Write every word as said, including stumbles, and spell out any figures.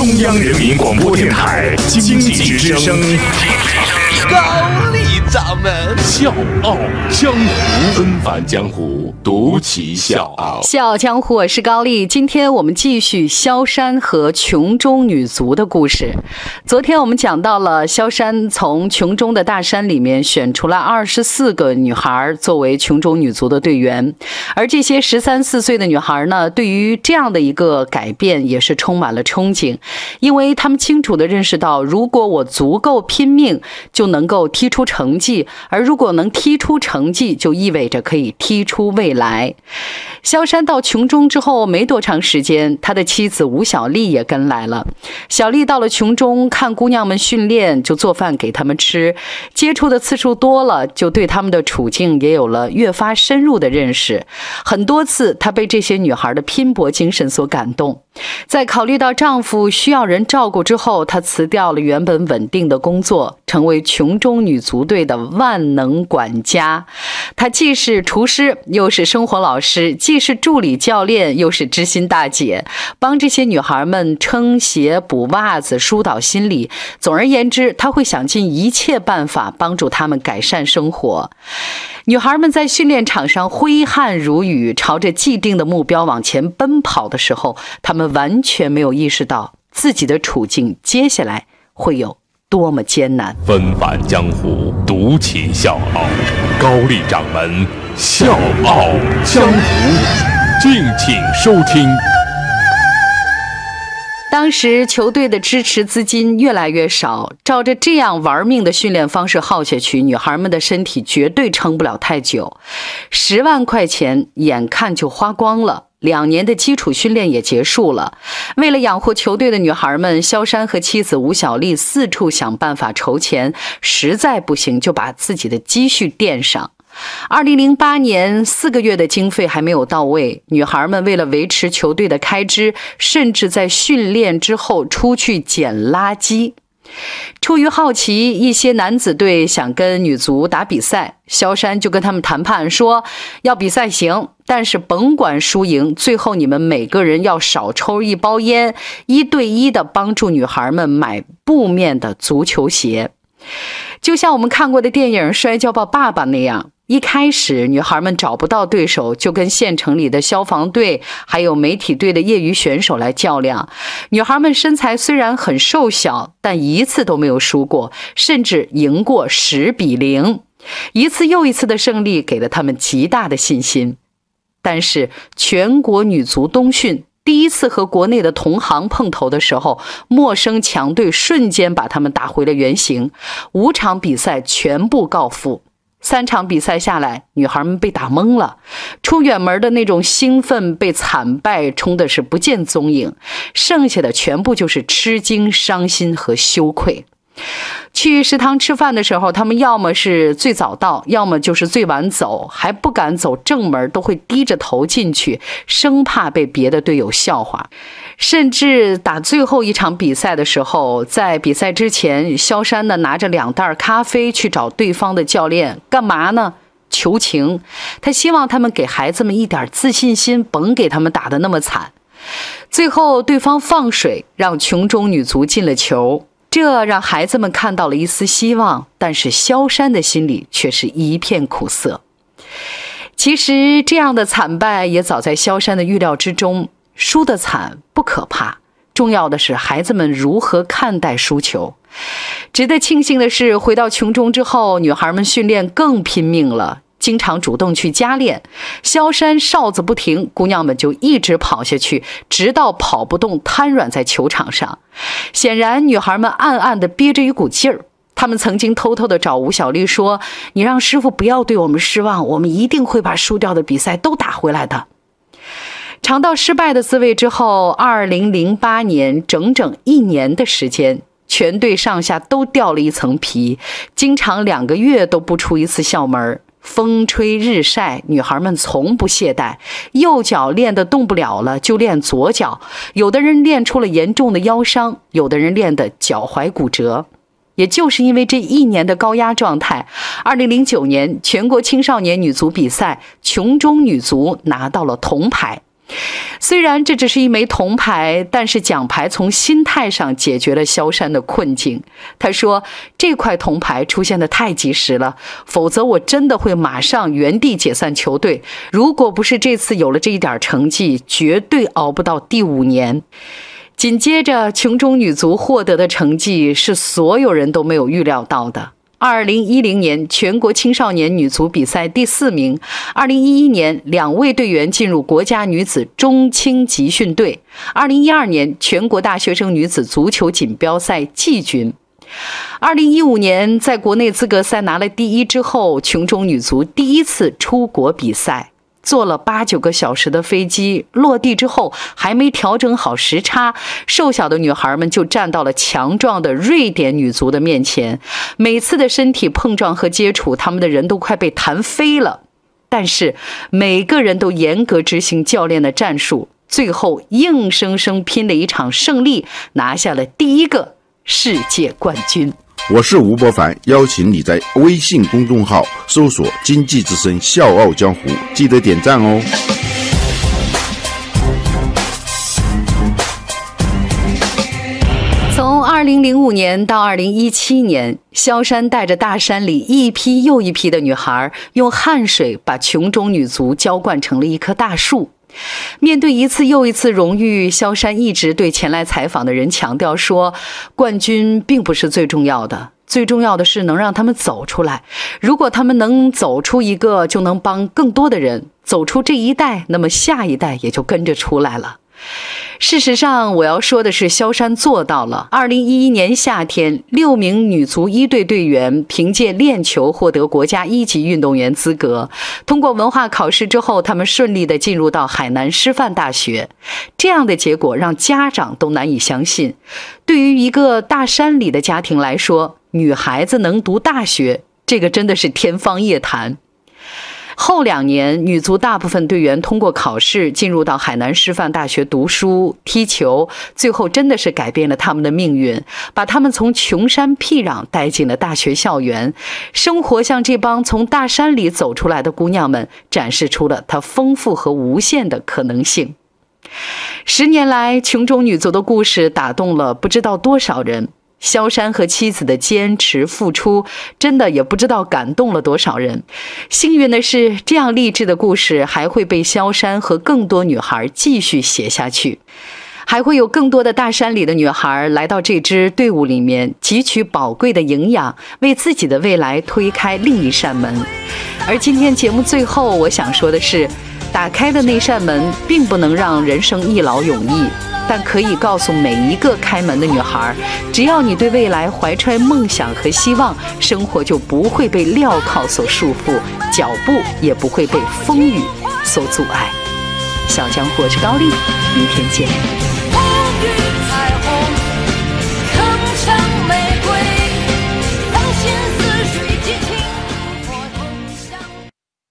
中央人民广播电台经济之声， 高丽掌门笑傲江湖，纷繁江湖，独骑笑傲。 笑傲江湖，我是高丽。今天我们继续萧山和琼中女足的故事。昨天我们讲到了萧山从琼中的大山里面选出了二十四个女孩作为琼中女足的队员，而这些十三四岁的女孩呢，对于这样的一个改变也是充满了憧憬，因为她们清楚地认识到，如果我足够拼命，就能够踢出成绩，而如果能踢出成绩，就意味着可以踢出未来。萧山到琼中之后没多长时间，他的妻子吴小丽也跟来了。小丽到了琼中，看姑娘们训练，就做饭给她们吃，接触的次数多了，就对她们的处境也有了越发深入的认识。很多次她被这些女孩的拼搏精神所感动。在考虑到丈夫需要人照顾之后，她辞掉了原本稳定的工作，成为琼中女足队的万能管家。她既是厨师，又是生活老师，既是助理教练，又是知心大姐，帮这些女孩们撑鞋、补袜子、疏导心理。总而言之，她会想尽一切办法帮助她们改善生活。女孩们在训练场上挥汗如雨，朝着既定的目标往前奔跑的时候，她们完全没有意识到自己的处境接下来会有多么艰难。 纷繁江湖，独骑笑傲，高丽掌门笑傲江湖，敬请收听。 当时球队的支持资金越来越少，照着这样玩命的训练方式耗下去，女孩们的身体绝对撑不了太久。十万块钱眼看就花光了，两年的基础训练也结束了。为了养活球队的女孩们，萧山和妻子吴小丽四处想办法筹钱，实在不行就把自己的积蓄垫上。二零零八年四个月的经费还没有到位，女孩们为了维持球队的开支，甚至在训练之后出去捡垃圾。出于好奇，一些男子队想跟女足打比赛，萧山就跟他们谈判说，要比赛行，但是甭管输赢，最后你们每个人要少抽一包烟，一对一的帮助女孩们买布面的足球鞋。就像我们看过的电影《摔跤吧，爸爸》那样，一开始女孩们找不到对手，就跟县城里的消防队还有媒体队的业余选手来较量。女孩们身材虽然很瘦小，但一次都没有输过，甚至赢过十比零。一次又一次的胜利给了她们极大的信心。但是全国女足冬训第一次和国内的同行碰头的时候，陌生强队瞬间把他们打回了原形，五场比赛全部告负。三场比赛下来，女孩们被打懵了，出远门的那种兴奋被惨败冲的是不见踪影，剩下的全部就是吃惊、伤心和羞愧。去食堂吃饭的时候，他们要么是最早到，要么就是最晚走，还不敢走正门，都会低着头进去，生怕被别的队友笑话。甚至打最后一场比赛的时候，在比赛之前，萧山呢拿着两袋咖啡去找对方的教练，干嘛呢？求情。他希望他们给孩子们一点自信心，甭给他们打得那么惨。最后对方放水，让琼中女足进了球，这让孩子们看到了一丝希望，但是萧山的心里却是一片苦涩。其实这样的惨败也早在萧山的预料之中，输得惨不可怕，重要的是孩子们如何看待输球。值得庆幸的是，回到琼中之后，女孩们训练更拼命了，经常主动去加练。萧山哨子不停，姑娘们就一直跑下去，直到跑不动瘫软在球场上。显然女孩们暗暗地憋着一股劲儿，她们曾经偷偷地找吴小丽说，你让师傅不要对我们失望，我们一定会把输掉的比赛都打回来的。尝到失败的滋味之后，二零零八年整整一年的时间，全队上下都掉了一层皮，经常两个月都不出一次校门。风吹日晒，女孩们从不懈怠，右脚练得动不了了就练左脚，有的人练出了严重的腰伤，有的人练得脚踝骨折。也就是因为这一年的高压状态，二零零九年全国青少年女足比赛，琼中女足拿到了铜牌。 虽然这只是一枚铜牌，但是奖牌从心态上解决了萧山的困境。他说，这块铜牌出现的太及时了，否则我真的会马上原地解散球队。如果不是这次有了这一点成绩，绝对熬不到第五年。紧接着，琼中女足获得的成绩是所有人都没有预料到的。二零一零年全国青少年女足比赛第四名，二零一一年两位队员进入国家女子中青集训队，二零一二年全国大学生女子足球锦标赛季军。二零一五年在国内资格赛拿了第一之后，琼中女足第一次出国比赛。坐了八九个小时的飞机，落地之后还没调整好时差，瘦小的女孩们就站到了强壮的瑞典女足的面前。每次的身体碰撞和接触，她们的人都快被弹飞了。但是每个人都严格执行教练的战术，最后硬生生拼了一场胜利，拿下了第一个世界冠军。 我是吴伯凡，邀请你在微信公众号搜索经济之声笑傲江湖，记得点赞哦。 从二零零五年到二零一七年，萧山带着大山里一批又一批的女孩，用汗水把琼中女足浇灌成了一棵大树。面对一次又一次荣誉，萧山一直对前来采访的人强调说，冠军并不是最重要的，最重要的是能让他们走出来。如果他们能走出一个，就能帮更多的人走出这一代，那么下一代也就跟着出来了。事实上，我要说的是，萧山做到了。二零一一年夏天，六名女足一队队员凭借练球获得国家一级运动员资格。通过文化考试之后，他们顺利地进入到海南师范大学。这样的结果让家长都难以相信。对于一个大山里的家庭来说，女孩子能读大学，这个真的是天方夜谭。后两年，女足大部分队员通过考试进入到海南师范大学读书、踢球，最后真的是改变了他们的命运，把他们从穷山僻壤带进了大学校园。生活向这帮从大山里走出来的姑娘们展示出了它丰富和无限的可能性。十年来，琼中女足的故事打动了不知道多少人。萧山和妻子的坚持付出，真的也不知道感动了多少人。幸运的是，这样励志的故事还会被萧山和更多女孩继续写下去，还会有更多的大山里的女孩来到这支队伍里面，汲取宝贵的营养，为自己的未来推开另一扇门。而今天节目最后，我想说的是，打开的那扇门并不能让人生一劳永逸，但可以告诉每一个开门的女孩，只要你对未来怀揣梦想和希望，生活就不会被镣铐所束缚，脚步也不会被风雨所阻碍。小江湖，我是高丽，明天见。